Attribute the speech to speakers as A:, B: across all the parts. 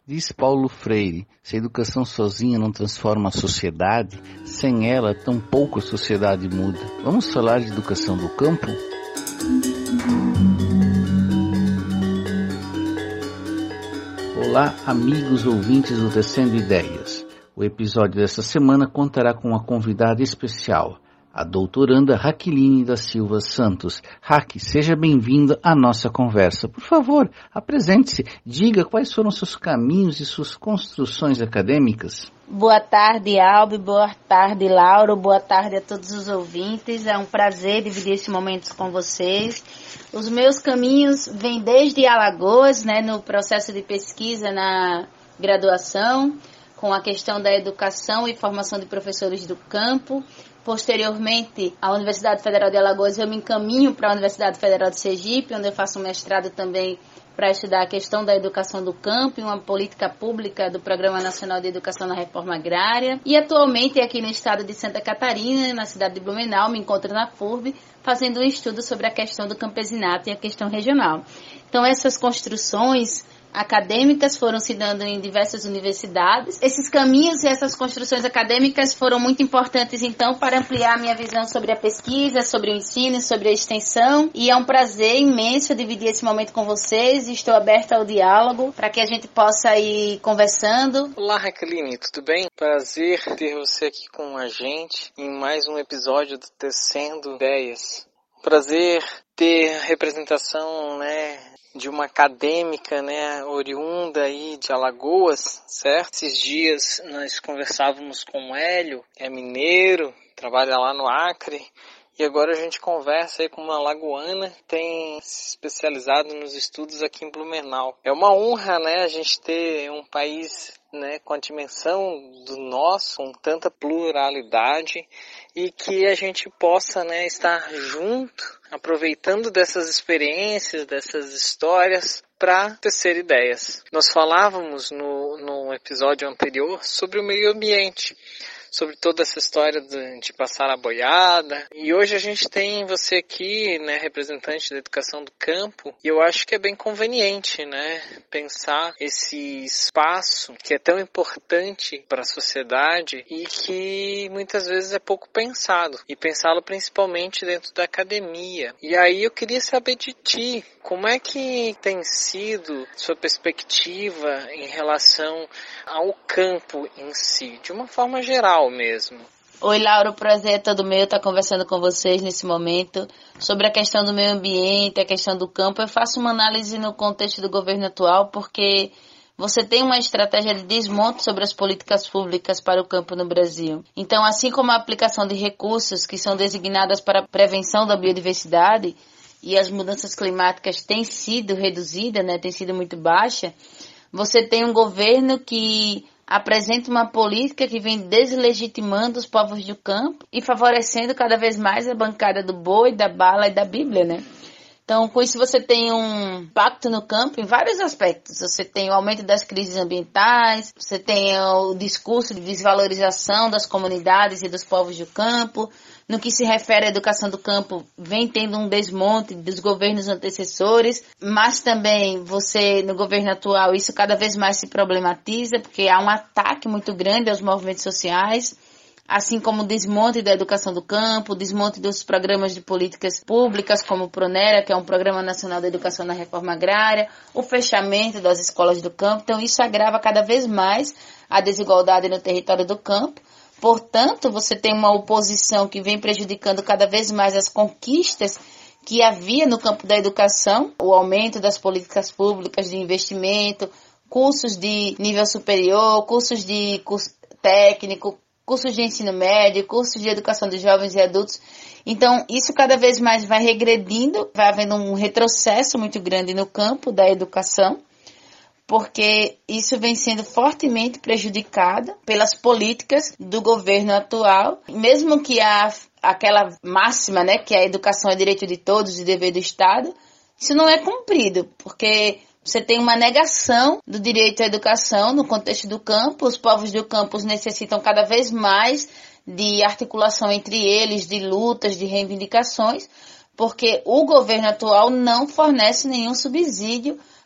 A: Diz Paulo Freire, se a educação sozinha não transforma a sociedade, sem ela, tampouco a sociedade muda. Vamos falar de educação do campo? Olá, amigos ouvintes do Tecendo Ideias. O episódio dessa semana contará com uma convidada especial, a doutoranda Raquiline da Silva Santos. Raqui, seja bem-vinda à nossa conversa. Por favor, apresente-se, diga quais foram seus caminhos e suas construções acadêmicas.
B: Boa tarde, Albi, boa tarde, Lauro, boa tarde a todos os ouvintes. É um prazer dividir esses momentos com vocês. Os meus caminhos vêm desde Alagoas, no processo de pesquisa na graduação, com a questão da educação e formação de professores do campo. Posteriormente, à Universidade Federal de Alagoas, eu me encaminho para a Universidade Federal de Sergipe, onde eu faço um mestrado também para estudar a questão da educação do campo e uma política pública do Programa Nacional de Educação na Reforma Agrária. E atualmente, aqui no estado de Santa Catarina, na cidade de Blumenau, me encontro na FURB, fazendo um estudo sobre a questão do campesinato e a questão regional. Então, essas construções acadêmicas foram se dando em diversas universidades. Esses caminhos e essas construções acadêmicas foram muito importantes, então, para ampliar a minha visão sobre a pesquisa, sobre o ensino, sobre a extensão. E é um prazer imenso dividir esse momento com vocês. Estou aberta ao diálogo para que a gente possa ir conversando.
C: Olá, Raquiline, tudo bem? Prazer ter você aqui com a gente em mais um episódio do Tecendo Ideias. Prazer ter representação, de uma acadêmica, oriunda aí de Alagoas, certo? Esses dias nós conversávamos com o Hélio, que é mineiro, trabalha lá no Acre, e agora a gente conversa aí com uma alagoana que tem se especializado nos estudos aqui em Blumenau. É uma honra, a gente ter um país, com a dimensão do nosso, com tanta pluralidade, e que a gente possa, estar junto, aproveitando dessas experiências, dessas histórias, para tecer ideias. Nós falávamos no episódio anterior sobre o meio ambiente, sobre toda essa história de passar a boiada. E hoje a gente tem você aqui, representante da educação do campo, e eu acho que é bem conveniente, pensar esse espaço que é tão importante para a sociedade e que muitas vezes é pouco pensado, e pensá-lo principalmente dentro da academia. E aí eu queria saber de ti, como é que tem sido sua perspectiva em relação ao campo em si, de uma forma geral mesmo?
B: Oi, Laura, o prazer é todo meu estar conversando com vocês nesse momento sobre a questão do meio ambiente, a questão do campo. Eu faço uma análise no contexto do governo atual, porque você tem uma estratégia de desmonte sobre as políticas públicas para o campo no Brasil. Então, assim como a aplicação de recursos que são designadas para a prevenção da biodiversidade e as mudanças climáticas têm sido reduzida, tem sido muito baixa, você tem um governo que apresenta uma política que vem deslegitimando os povos do campo e favorecendo cada vez mais a bancada do boi, da bala e da Bíblia, Então, com isso você tem um impacto no campo em vários aspectos. Você tem o aumento das crises ambientais, você tem o discurso de desvalorização das comunidades e dos povos do campo. No que se refere à educação do campo, vem tendo um desmonte dos governos antecessores, mas também você, no governo atual, isso cada vez mais se problematiza, porque há um ataque muito grande aos movimentos sociais, assim como o desmonte da educação do campo, o desmonte dos programas de políticas públicas, como o PRONERA, que é um Programa Nacional de Educação na Reforma Agrária, o fechamento das escolas do campo. Então, isso agrava cada vez mais a desigualdade no território do campo. Portanto, você tem uma oposição que vem prejudicando cada vez mais as conquistas que havia no campo da educação, o aumento das políticas públicas de investimento, cursos de nível superior, cursos de curso técnico, cursos de ensino médio, cursos de educação de jovens e adultos. Então, isso cada vez mais vai regredindo, vai havendo um retrocesso muito grande no campo da educação, porque isso vem sendo fortemente prejudicado pelas políticas do governo atual, mesmo que aquela máxima, que a educação é direito de todos e dever do Estado, isso não é cumprido, porque você tem uma negação do direito à educação no contexto do campo. Os povos do campo necessitam cada vez mais de articulação entre eles, de lutas, de reivindicações, porque o governo atual não fornece nenhum subsídio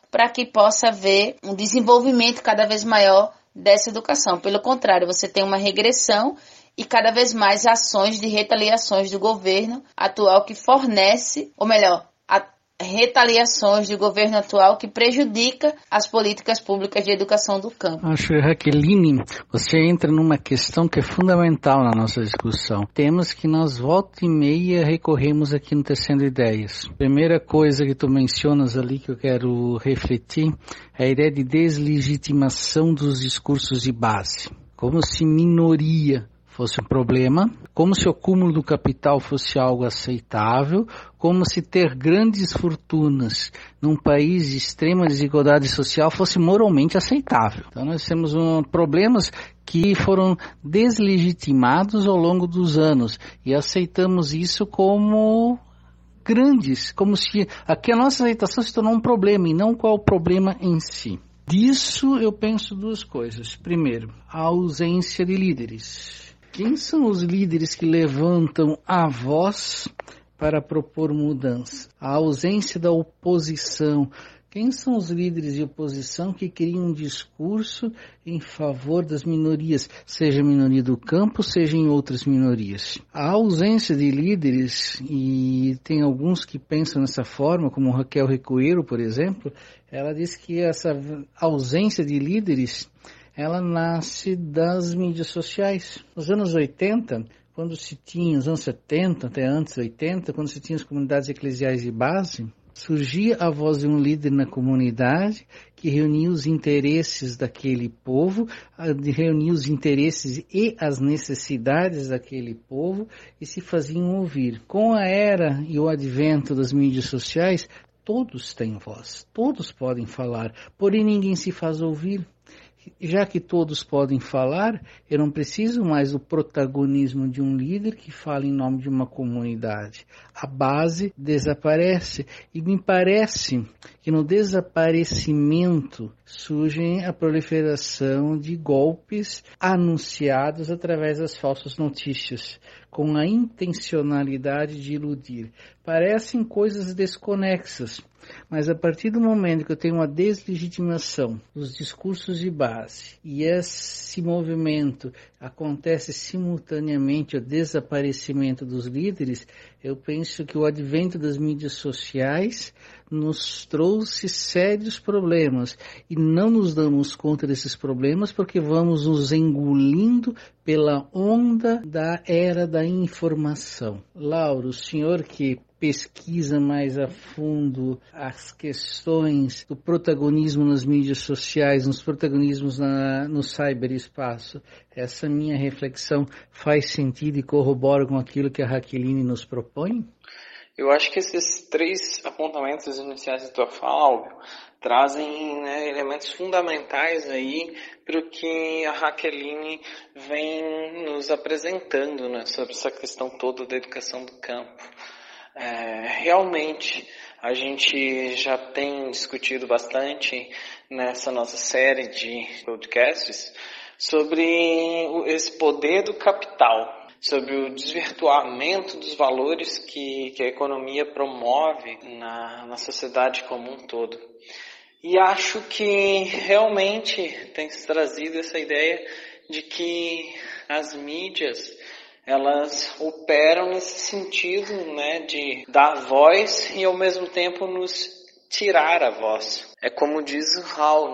B: para que possa haver um desenvolvimento cada vez maior dessa educação. Pelo contrário, você tem uma regressão e cada vez mais ações de retaliações do governo atual que fornece, ou melhor, retaliações do governo atual que prejudica as políticas públicas de educação do campo.
A: Acho, Raqueline, você entra numa questão que é fundamental na nossa discussão. Temos que nós volta e meia recorremos aqui no Tecendo Ideias. Primeira coisa que tu mencionas ali que eu quero refletir é a ideia de deslegitimação dos discursos de base. Como se minoria fosse um problema, como se o acúmulo do capital fosse algo aceitável, como se ter grandes fortunas num país de extrema desigualdade social fosse moralmente aceitável. Então nós temos problemas que foram deslegitimados ao longo dos anos e aceitamos isso como grandes, como se aqui a nossa aceitação se tornou um problema e não qual o problema em si. Disso eu penso duas coisas. Primeiro, a ausência de líderes. Quem são os líderes que levantam a voz para propor mudança? A ausência da oposição. Quem são os líderes de oposição que criam um discurso em favor das minorias, seja a minoria do campo, seja em outras minorias? A ausência de líderes, e tem alguns que pensam dessa forma, como Raquel Recoeiro, por exemplo, ela diz que essa ausência de líderes ela nasce das mídias sociais. Nos anos 80, quando se tinha, nos anos 70, até antes 80, quando se tinha as comunidades eclesiais de base, surgia a voz de um líder na comunidade que reunia os interesses daquele povo, reunia os interesses e as necessidades daquele povo e se faziam ouvir. Com a era e o advento das mídias sociais, todos têm voz, todos podem falar, porém ninguém se faz ouvir. Já que todos podem falar, eu não preciso mais do protagonismo de um líder que fala em nome de uma comunidade. A base desaparece e me parece que no desaparecimento surge a proliferação de golpes anunciados através das falsas notícias, com a intencionalidade de iludir. Parecem coisas desconexas, mas a partir do momento que eu tenho uma deslegitimação dos discursos de base e esse movimento acontece simultaneamente ao desaparecimento dos líderes, eu penso que o advento das mídias sociais nos trouxe sérios problemas e não nos damos conta desses problemas porque vamos nos engolindo pela onda da era da informação. Lauro, o senhor que pesquisa mais a fundo as questões do protagonismo nas mídias sociais, nos protagonismos no cyberespaço, essa minha reflexão faz sentido e corrobora com aquilo que a Raqueline nos propõe?
C: Eu acho que esses três apontamentos iniciais da tua fala, trazem elementos fundamentais aí para o que a Raqueline vem nos apresentando, sobre essa questão toda da educação do campo. Realmente, a gente já tem discutido bastante nessa nossa série de podcasts sobre esse poder do capital, sobre o desvirtuamento dos valores que a economia promove na sociedade como um todo. E acho que realmente tem se trazido essa ideia de que as mídias elas operam nesse sentido, de dar voz e ao mesmo tempo nos tirar a voz. É como diz o Hall,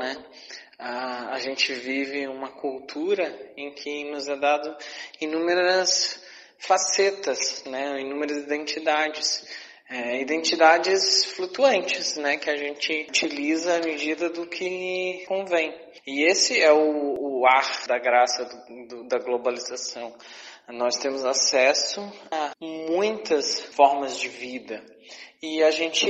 C: a gente vive uma cultura em que nos é dado inúmeras facetas, inúmeras identidades. Identidades flutuantes, que a gente utiliza à medida do que convém. E esse é o ar da graça da globalização. Nós temos acesso a muitas formas de vida e a gente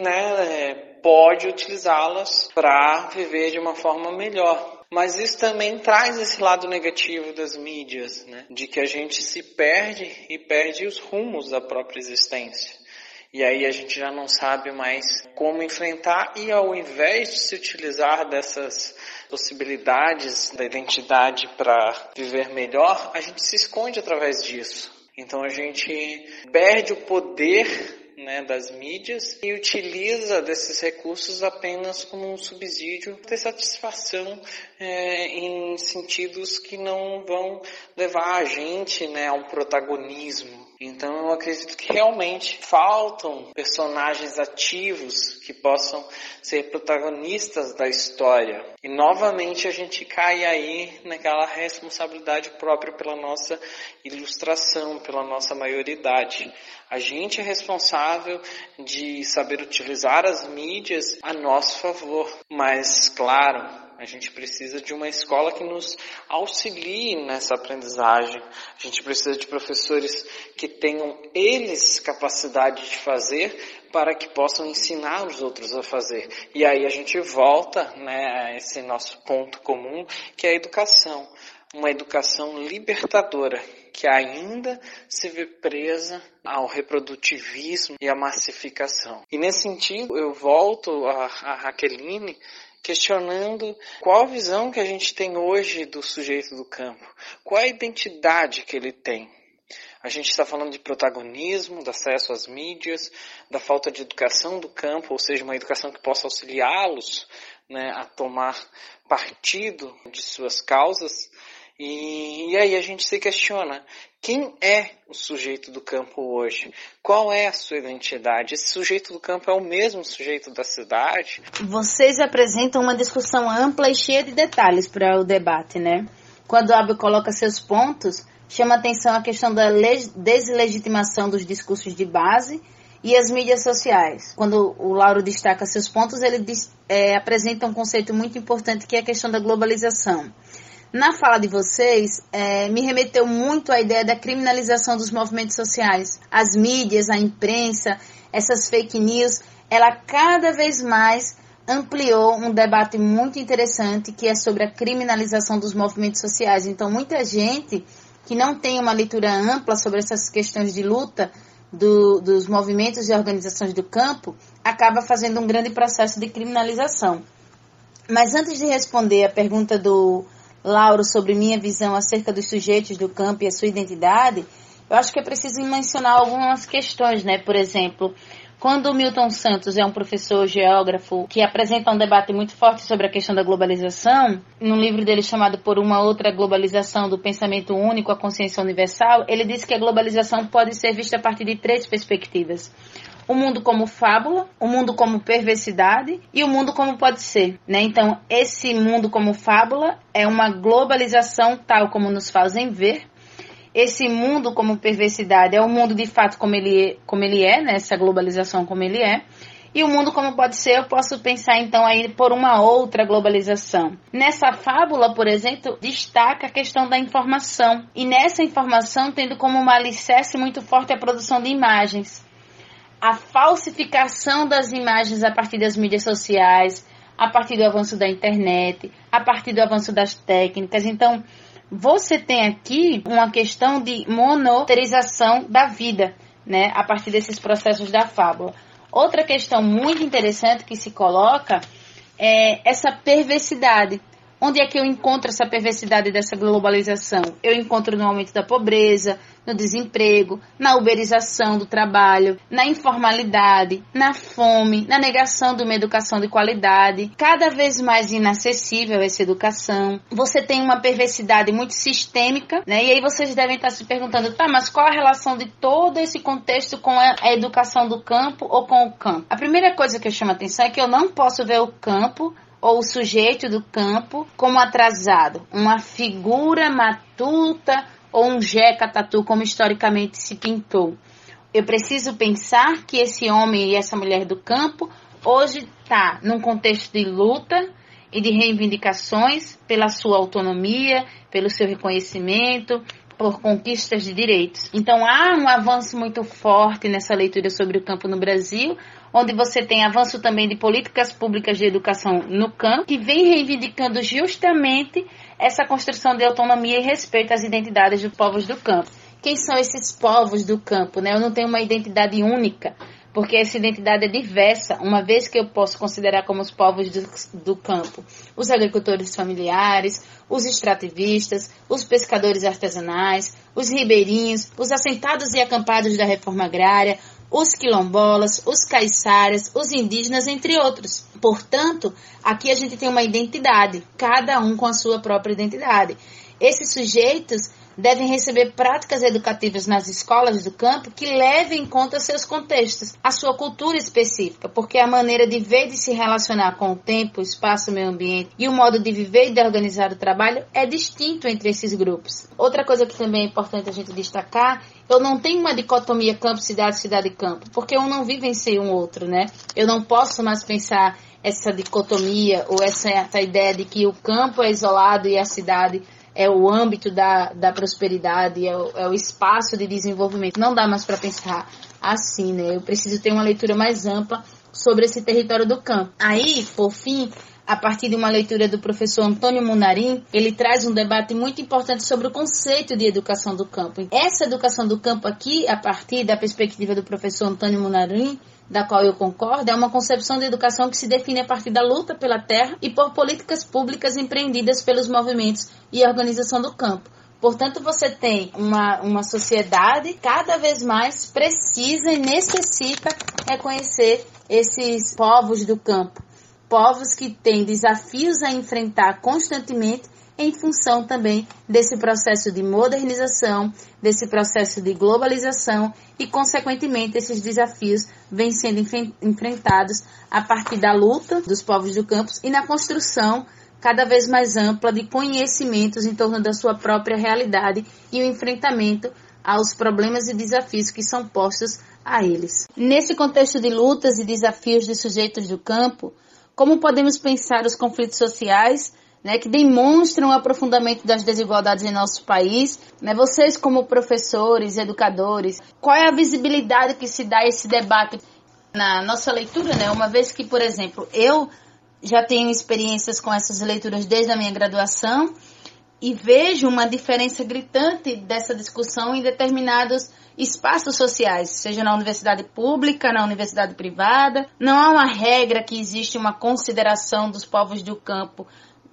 C: pode utilizá-las para viver de uma forma melhor. Mas isso também traz esse lado negativo das mídias, de que a gente se perde e perde os rumos da própria existência. E aí a gente já não sabe mais como enfrentar e ao invés de se utilizar dessas possibilidades da identidade para viver melhor, a gente se esconde através disso. Então a gente perde o poder, né, das mídias e utiliza desses recursos apenas como um subsídio de satisfação em sentidos que não vão levar a gente, né, a um protagonismo. Então eu acredito que realmente faltam personagens ativos que possam ser protagonistas da história. E novamente a gente cai aí naquela responsabilidade própria pela nossa ilustração, pela nossa maioridade. A gente é responsável de saber utilizar as mídias a nosso favor, mas claro, a gente precisa de uma escola que nos auxilie nessa aprendizagem. A gente precisa de professores que tenham eles capacidade de fazer para que possam ensinar os outros a fazer. E aí a gente volta, né, a esse nosso ponto comum, que é a educação. Uma educação libertadora, que ainda se vê presa ao reprodutivismo e à massificação. E nesse sentido, eu volto a Raqueline questionando qual a visão que a gente tem hoje do sujeito do campo, qual a identidade que ele tem. A gente está falando de protagonismo, do acesso às mídias, da falta de educação do campo, ou seja, uma educação que possa auxiliá-los, né, a tomar partido de suas causas. E aí a gente se questiona, quem é o sujeito do campo hoje? Qual é a sua identidade? Esse sujeito do campo é o mesmo sujeito da cidade?
B: Vocês apresentam uma discussão ampla e cheia de detalhes para o debate, né? Quando o Abel coloca seus pontos, chama atenção a questão da deslegitimação dos discursos de base e as mídias sociais. Quando o Lauro destaca seus pontos, ele apresenta um conceito muito importante que é a questão da globalização. Na fala de vocês, me remeteu muito à ideia da criminalização dos movimentos sociais. As mídias, a imprensa, essas fake news, ela cada vez mais ampliou um debate muito interessante que é sobre a criminalização dos movimentos sociais. Então, muita gente que não tem uma leitura ampla sobre essas questões de luta dos movimentos e organizações do campo, acaba fazendo um grande processo de criminalização. Mas antes de responder a pergunta do Lauro sobre minha visão acerca dos sujeitos do campo e a sua identidade, eu acho que é preciso mencionar algumas questões, né? Por exemplo, quando o Milton Santos é um professor geógrafo que apresenta um debate muito forte sobre a questão da globalização, num livro dele chamado Por uma Outra Globalização do Pensamento Único à Consciência Universal, ele diz que a globalização pode ser vista a partir de 3 perspectivas. O mundo como fábula, o mundo como perversidade e o mundo como pode ser, né? Então, esse mundo como fábula é uma globalização tal como nos fazem ver. Esse mundo como perversidade é o mundo de fato como ele é, né? Essa globalização como ele é. E o mundo como pode ser, eu posso pensar então aí por uma outra globalização. Nessa fábula, por exemplo, destaca a questão da informação. E nessa informação tendo como uma alicerce muito forte a produção de imagens. A falsificação das imagens a partir das mídias sociais, a partir do avanço da internet, a partir do avanço das técnicas. Então, você tem aqui uma questão de monoterização da vida, né, a partir desses processos da fábula. Outra questão muito interessante que se coloca é essa perversidade. Onde é que eu encontro essa perversidade dessa globalização? Eu encontro no aumento da pobreza, no desemprego, na uberização do trabalho, na informalidade, na fome, na negação de uma educação de qualidade, cada vez mais inacessível essa educação. Você tem uma perversidade muito sistêmica, né? E aí vocês devem estar se perguntando, tá, mas qual a relação de todo esse contexto com a educação do campo ou com o campo? A primeira coisa que eu chamo a atenção é que eu não posso ver o campo ou o sujeito do campo como atrasado, uma figura matuta ou um jeca tatu, como historicamente se pintou. Eu preciso pensar que esse homem e essa mulher do campo hoje está num contexto de luta e de reivindicações pela sua autonomia, pelo seu reconhecimento, por conquistas de direitos. Então há um avanço muito forte nessa leitura sobre o campo no Brasil, onde você tem avanço também de políticas públicas de educação no campo, que vem reivindicando justamente essa construção de autonomia e respeito às identidades dos povos do campo. Quem são esses povos do campo, né? Eu não tenho uma identidade única, porque essa identidade é diversa, uma vez que eu posso considerar como os povos do campo os agricultores familiares, os extrativistas, os pescadores artesanais, os ribeirinhos, os assentados e acampados da reforma agrária, os quilombolas, os caiçaras, os indígenas, entre outros. Portanto, aqui a gente tem uma identidade, cada um com a sua própria identidade. Esses sujeitos devem receber práticas educativas nas escolas do campo que levem em conta seus contextos, a sua cultura específica, porque a maneira de ver e de se relacionar com o tempo, o espaço, o meio ambiente e o modo de viver e de organizar o trabalho é distinto entre esses grupos. Outra coisa que também é importante a gente destacar, eu não tenho uma dicotomia campo-cidade, cidade-campo, porque um não vive sem um outro, né? Eu não posso mais pensar essa dicotomia ou essa ideia de que o campo é isolado e a cidade é o âmbito da prosperidade, é o espaço de desenvolvimento. Não dá mais para pensar assim, né? Eu preciso ter uma leitura mais ampla sobre esse território do campo. Aí, por fim, a partir de uma leitura do professor Antônio Munarim, ele traz um debate muito importante sobre o conceito de educação do campo. Essa educação do campo aqui, a partir da perspectiva do professor Antônio Munarim, da qual eu concordo, é uma concepção de educação que se define a partir da luta pela terra e por políticas públicas empreendidas pelos movimentos e organização do campo. Portanto, você tem uma sociedade que cada vez mais precisa e necessita reconhecer esses povos do campo. Povos que têm desafios a enfrentar constantemente em função também desse processo de modernização, desse processo de globalização e, consequentemente, esses desafios vêm sendo enfrentados a partir da luta dos povos do campo e na construção cada vez mais ampla de conhecimentos em torno da sua própria realidade e o enfrentamento aos problemas e desafios que são postos a eles. Nesse contexto de lutas e desafios de sujeitos do campo, como podemos pensar os conflitos sociais, né, que demonstram o aprofundamento das desigualdades em nosso país, né? Vocês como professores, educadores, qual é a visibilidade que se dá a esse debate na nossa leitura, né? Uma vez que, por exemplo, eu já tenho experiências com essas leituras desde a minha graduação e vejo uma diferença gritante dessa discussão em determinados espaços sociais, seja na universidade pública, na universidade privada. Não há uma regra que existe uma consideração dos povos do campo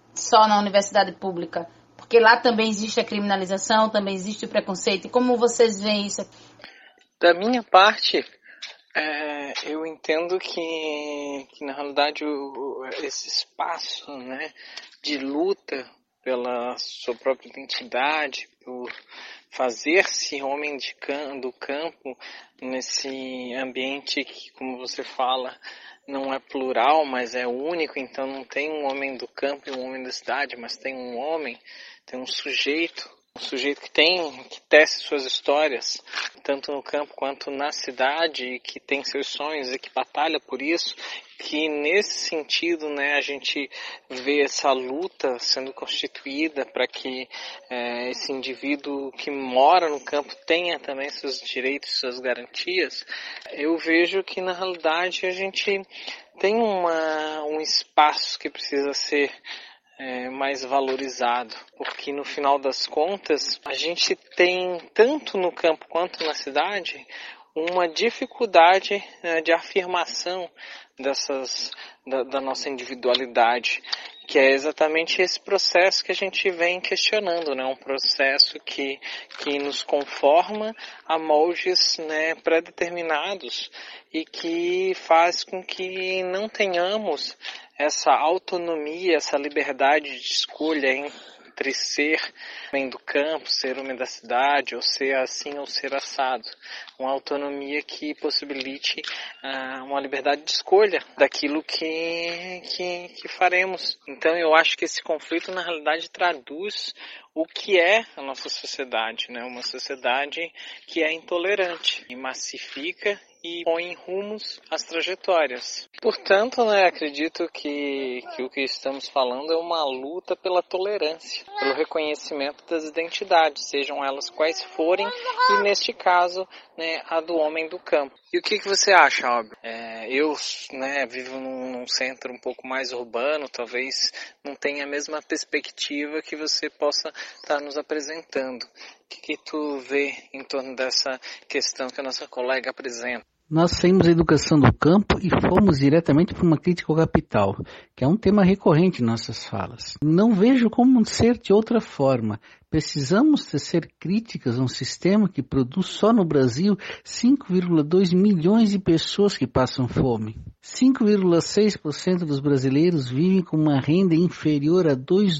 B: só na universidade pública, porque lá também existe a criminalização, também existe o preconceito. E como vocês veem isso?
C: Da minha parte, eu entendo que na realidade esse espaço, né, de luta pela sua própria identidade, por fazer-se homem do campo nesse ambiente que, como você fala, não é plural, mas é único, então não tem um homem do campo e um homem da cidade, mas tem um homem, tem um sujeito que tece suas histórias, tanto no campo quanto na cidade, que tem seus sonhos e que batalha por isso, que nesse sentido, né, a gente vê essa luta sendo constituída para que esse indivíduo que mora no campo tenha também seus direitos, suas garantias. Eu vejo que na realidade a gente tem um espaço que precisa ser mais valorizado, porque no final das contas a gente tem tanto no campo quanto na cidade uma dificuldade de afirmação da nossa individualidade, que é exatamente esse processo que a gente vem questionando, né? Um processo que nos conforma a moldes, né, pré-determinados e que faz com que não tenhamos essa autonomia, essa liberdade de escolha entre ser homem do campo, ser homem da cidade, ou ser assim ou ser assado. Uma autonomia que possibilite uma liberdade de escolha daquilo que faremos. Então eu acho que esse conflito na realidade traduz o que é a nossa sociedade, né? Uma sociedade que é intolerante e massifica e põe em rumos as trajetórias. Portanto, né, acredito que o que estamos falando é uma luta pela tolerância, pelo reconhecimento das identidades, sejam elas quais forem, e neste caso, né, a do homem do campo. E o que você acha, Óbvio? Eu, né, vivo num centro um pouco mais urbano, talvez não tenha a mesma perspectiva que você possa estar nos apresentando. O que tu vê em torno dessa questão que a nossa colega apresenta?
A: Nós saímos da educação do campo e fomos diretamente para uma crítica ao capital, que é um tema recorrente em nossas falas. Não vejo como ser de outra forma. Precisamos tecer críticas a um sistema que produz só no Brasil 5,2 milhões de pessoas que passam fome. 5,6% dos brasileiros vivem com uma renda inferior a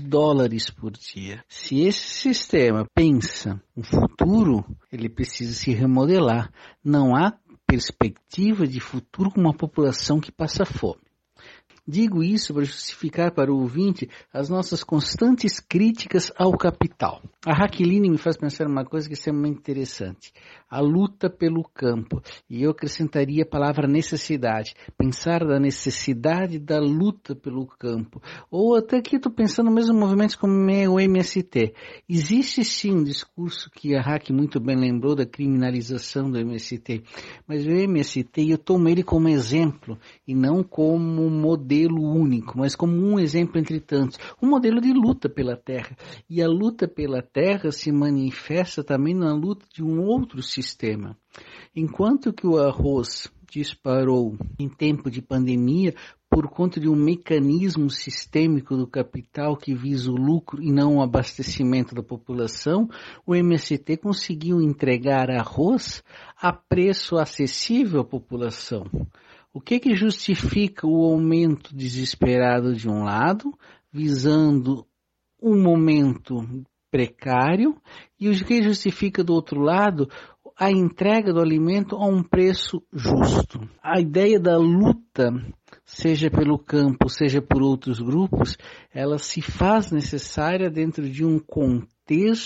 A: $2 por dia. Se esse sistema pensa no futuro, ele precisa se remodelar. Não há perspectiva de futuro com uma população que passa fome. Digo isso para justificar para o ouvinte as nossas constantes críticas ao capital. A Raqueline me faz pensar uma coisa que é extremamente interessante. A luta pelo campo. E eu acrescentaria a palavra necessidade. Pensar da necessidade da luta pelo campo. Ou até aqui estou pensando mesmo em movimentos como o MST. Existe sim um discurso que a Raque muito bem lembrou da criminalização do MST. Mas o MST, eu tomo ele como exemplo e não como modelo único, mas como um exemplo entre tantos, um modelo de luta pela terra. E a luta pela terra se manifesta também na luta de um outro sistema. Enquanto que o arroz disparou em tempo de pandemia por conta de um mecanismo sistêmico do capital que visa o lucro e não o abastecimento da população, o MST conseguiu entregar arroz a preço acessível à população. O que justifica o aumento desesperado de um lado, visando um momento precário, e o que justifica do outro lado a entrega do alimento a um preço justo? A ideia da luta, seja pelo campo, seja por outros grupos, ela se faz necessária dentro de um contexto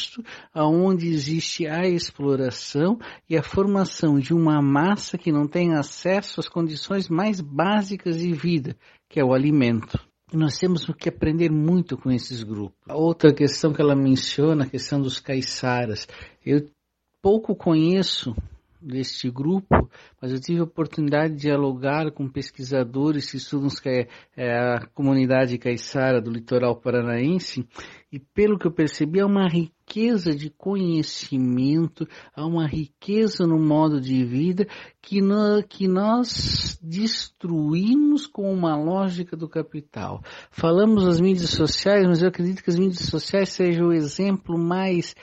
A: onde existe a exploração e a formação de uma massa que não tem acesso às condições mais básicas de vida, que é o alimento. Nós temos que aprender muito com esses grupos. A outra questão que ela menciona, a questão dos caiçaras. Eu pouco conheço deste grupo, mas eu tive a oportunidade de dialogar com pesquisadores que estudam a comunidade caiçara do litoral paranaense, e pelo que eu percebi, há uma riqueza de conhecimento, há uma riqueza no modo de vida que nós destruímos com uma lógica do capital. Falamos das mídias sociais, mas eu acredito que as mídias sociais sejam o exemplo mais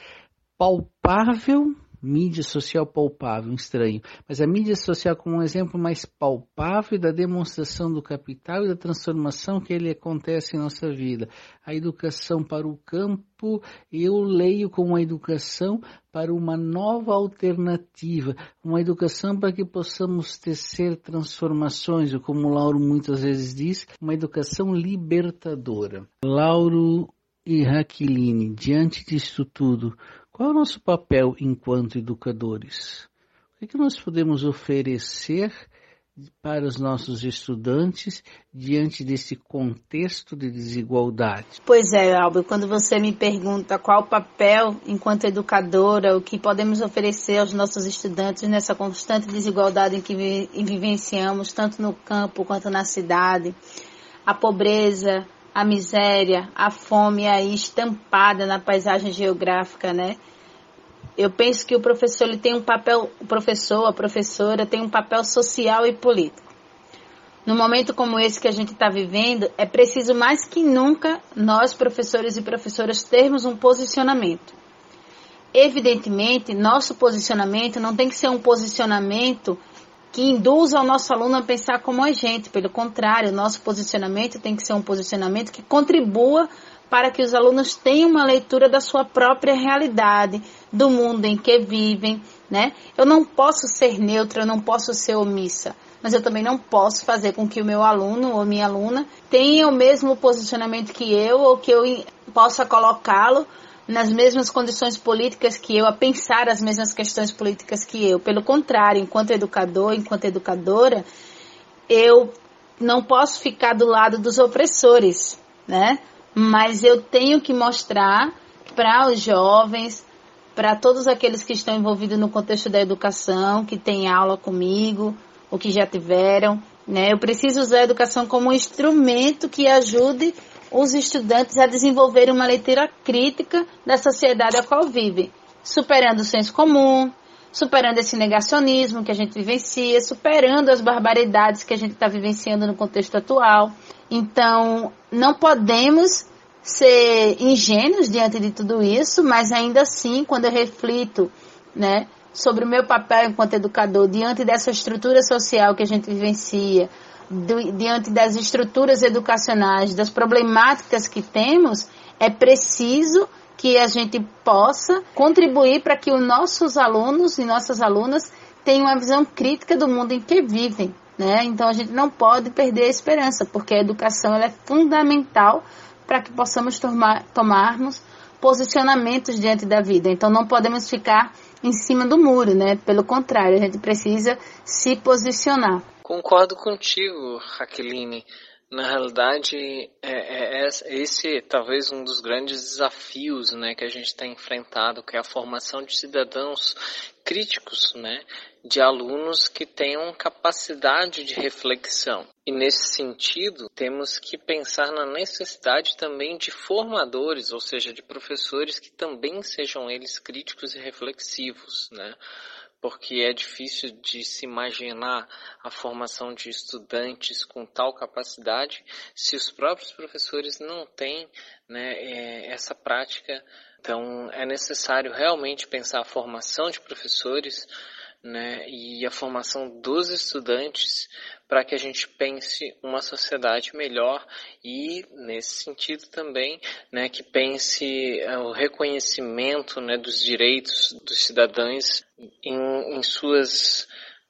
A: palpável. Mídia social palpável, estranho, mas a mídia social como um exemplo mais palpável da demonstração do capital e da transformação que ele acontece em nossa vida. A educação para o campo, eu leio como uma educação para uma nova alternativa, uma educação para que possamos tecer transformações, ou como o Lauro muitas vezes diz, uma educação libertadora. Lauro e Raqueline, diante disso tudo, qual é o nosso papel enquanto educadores? O que nós podemos oferecer para os nossos estudantes diante desse contexto de desigualdade?
B: Pois é, Alba, quando você me pergunta qual o papel enquanto educadora, o que podemos oferecer aos nossos estudantes nessa constante desigualdade em que vivenciamos, tanto no campo quanto na cidade, a pobreza, a miséria, a fome aí estampada na paisagem geográfica, né? Eu penso que o professor ele tem um papel, o professor, a professora tem um papel social e político. No momento como esse que a gente está vivendo, é preciso mais que nunca nós, professores e professoras, termos um posicionamento. Evidentemente, nosso posicionamento não tem que ser um posicionamento que induza o nosso aluno a pensar como a gente. Pelo contrário, o nosso posicionamento tem que ser um posicionamento que contribua para que os alunos tenham uma leitura da sua própria realidade, do mundo em que vivem, né? Eu não posso ser neutra, eu não posso ser omissa, mas eu também não posso fazer com que o meu aluno ou minha aluna tenha o mesmo posicionamento que eu, ou que eu possa colocá-lo nas mesmas condições políticas que eu, a pensar as mesmas questões políticas que eu. Pelo contrário, enquanto educador, enquanto educadora, eu não posso ficar do lado dos opressores, né? Mas eu tenho que mostrar para os jovens, para todos aqueles que estão envolvidos no contexto da educação, que têm aula comigo, ou que já tiveram, né? Eu preciso usar a educação como um instrumento que ajude os estudantes a desenvolverem uma leitura crítica da sociedade a qual vivem, superando o senso comum, superando esse negacionismo que a gente vivencia, superando as barbaridades que a gente está vivenciando no contexto atual. Então, não podemos ser ingênuos diante de tudo isso, mas ainda assim, quando eu reflito, né, sobre o meu papel enquanto educador, diante dessa estrutura social que a gente vivencia, diante das estruturas educacionais, das problemáticas que temos, é preciso que a gente possa contribuir para que os nossos alunos e nossas alunas tenham uma visão crítica do mundo em que vivem, né? Então a gente não pode perder a esperança, porque a educação ela é fundamental para que possamos tomarmos posicionamentos diante da vida. Então não podemos ficar em cima do muro, né? Pelo contrário, a gente precisa se posicionar.
C: Concordo contigo, Raqueline. Na realidade, esse talvez um dos grandes desafios, né, que a gente tem enfrentado, que é a formação de cidadãos críticos, né, de alunos que tenham capacidade de reflexão. E nesse sentido, temos que pensar na necessidade também de formadores, ou seja, de professores que também sejam eles críticos e reflexivos, né? Porque é difícil de se imaginar a formação de estudantes com tal capacidade se os próprios professores não têm, né, essa prática. Então, é necessário realmente pensar a formação de professores, né, e a formação dos estudantes para que a gente pense uma sociedade melhor e, nesse sentido também, né, que pense o reconhecimento, né, dos direitos dos cidadãos em suas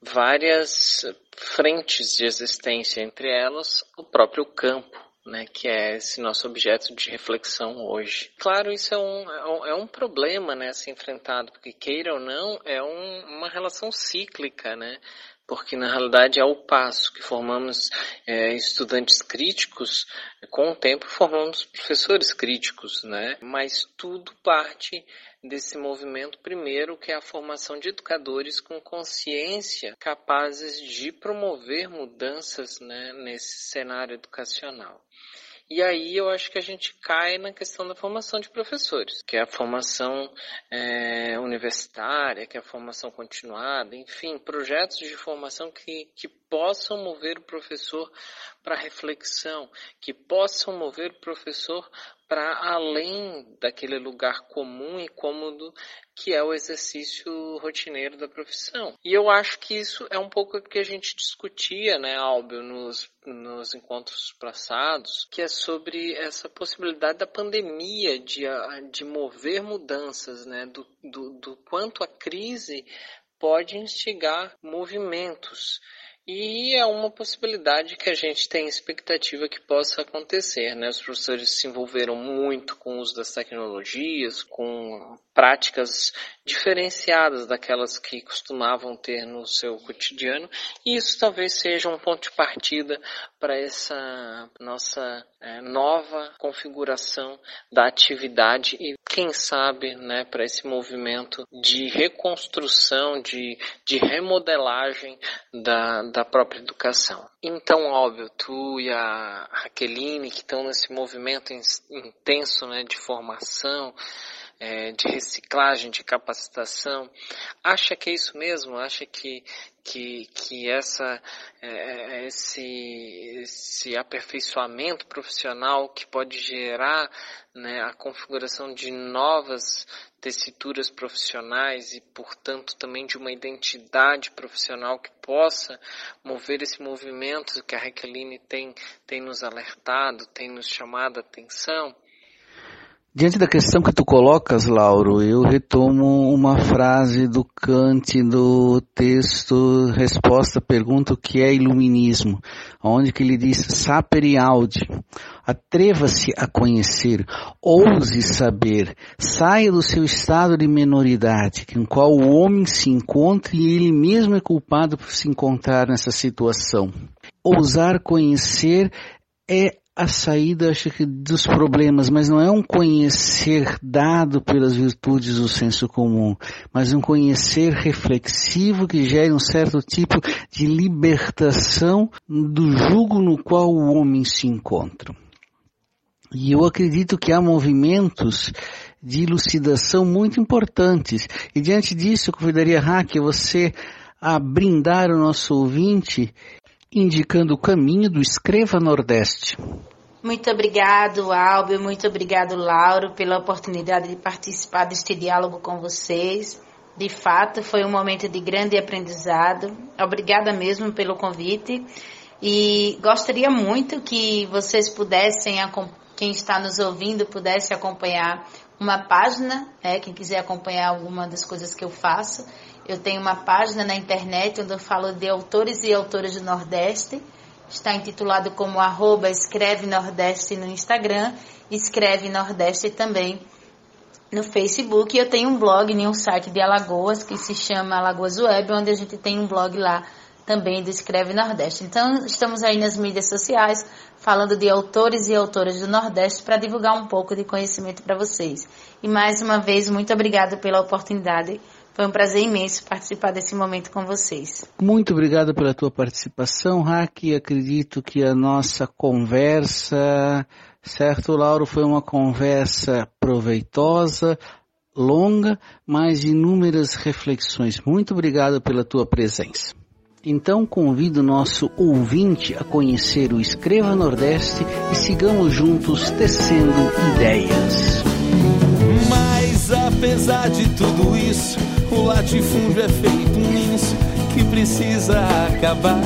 C: várias frentes de existência, entre elas o próprio campo, né, que é esse nosso objeto de reflexão hoje. Claro, isso é um problema, né, a ser enfrentado, porque queira ou não, é uma relação cíclica, né, porque na realidade é ao passo que formamos estudantes críticos, com o tempo formamos professores críticos, né, mas tudo parte desse movimento primeiro, que é a formação de educadores com consciência capazes de promover mudanças, né, nesse cenário educacional. E aí eu acho que a gente cai na questão da formação de professores, que é a formação universitária, que é a formação continuada, enfim, projetos de formação que possam mover o professor para reflexão, que possam mover o professor para além daquele lugar comum e cômodo que é o exercício rotineiro da profissão. E eu acho que isso é um pouco o que a gente discutia, né, Álbio, nos encontros passados, que é sobre essa possibilidade da pandemia de mover mudanças, né, do quanto a crise pode instigar movimentos. E é uma possibilidade que a gente tem expectativa que possa acontecer, né? Os professores se envolveram muito com o uso das tecnologias, com práticas diferenciadas daquelas que costumavam ter no seu cotidiano, e isso talvez seja um ponto de partida para essa nossa nova configuração da atividade e, quem sabe, né, para esse movimento de reconstrução, de remodelagem da própria educação. Então, óbvio, tu e a Raqueline, que estão nesse movimento intenso, né, de formação, de reciclagem, de capacitação, acha que é isso mesmo? Acha que esse aperfeiçoamento profissional que pode gerar, né, a configuração de novas tessituras profissionais e, portanto, também de uma identidade profissional que possa mover esse movimento que a Raqueline tem nos alertado, tem nos chamado a atenção?
A: Diante da questão que tu colocas, Lauro, eu retomo uma frase do Kant do texto Resposta à Pergunta o que é Iluminismo, onde que ele diz sapere aude, atreva-se a conhecer, ouse saber, saia do seu estado de menoridade, em qual o homem se encontra e ele mesmo é culpado por se encontrar nessa situação. Ousar conhecer é a saída, acho que, dos problemas, mas não é um conhecer dado pelas virtudes do senso comum, mas um conhecer reflexivo que gere um certo tipo de libertação do jugo no qual o homem se encontra. E eu acredito que há movimentos de elucidação muito importantes. E diante disso, eu convidaria, Raquel, você a brindar o nosso ouvinte, indicando o caminho do Escreva Nordeste.
B: Muito obrigado, Albio, muito obrigado, Lauro, pela oportunidade de participar deste diálogo com vocês. De fato, foi um momento de grande aprendizado. Obrigada mesmo pelo convite. E gostaria muito que vocês pudessem, quem está nos ouvindo, pudesse acompanhar uma página, quem quiser acompanhar alguma das coisas que eu faço. Eu tenho uma página na internet onde eu falo de autores e autoras do Nordeste. Está intitulado como @Escreve Nordeste no Instagram, Escreve Nordeste também no Facebook. Eu tenho um blog em um site de Alagoas que se chama Alagoas Web, onde a gente tem um blog lá também do Escreve Nordeste. Então, estamos aí nas mídias sociais falando de autores e autoras do Nordeste para divulgar um pouco de conhecimento para vocês. E mais uma vez, muito obrigada pela oportunidade. Foi um prazer imenso participar desse momento com vocês.
A: Muito obrigado pela tua participação, Raquel. Acredito que a nossa conversa, certo, Lauro, foi uma conversa proveitosa, longa, mas de inúmeras reflexões. Muito obrigado pela tua presença. Então convido o nosso ouvinte a conhecer o Escreva Nordeste e sigamos juntos tecendo ideias.
D: Mas apesar de tudo isso, o latifúndio é feito um lince que precisa acabar.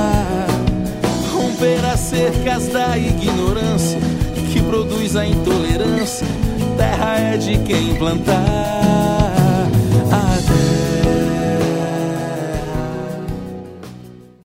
D: Romper as cercas da ignorância que produz a intolerância. Terra é de quem plantar.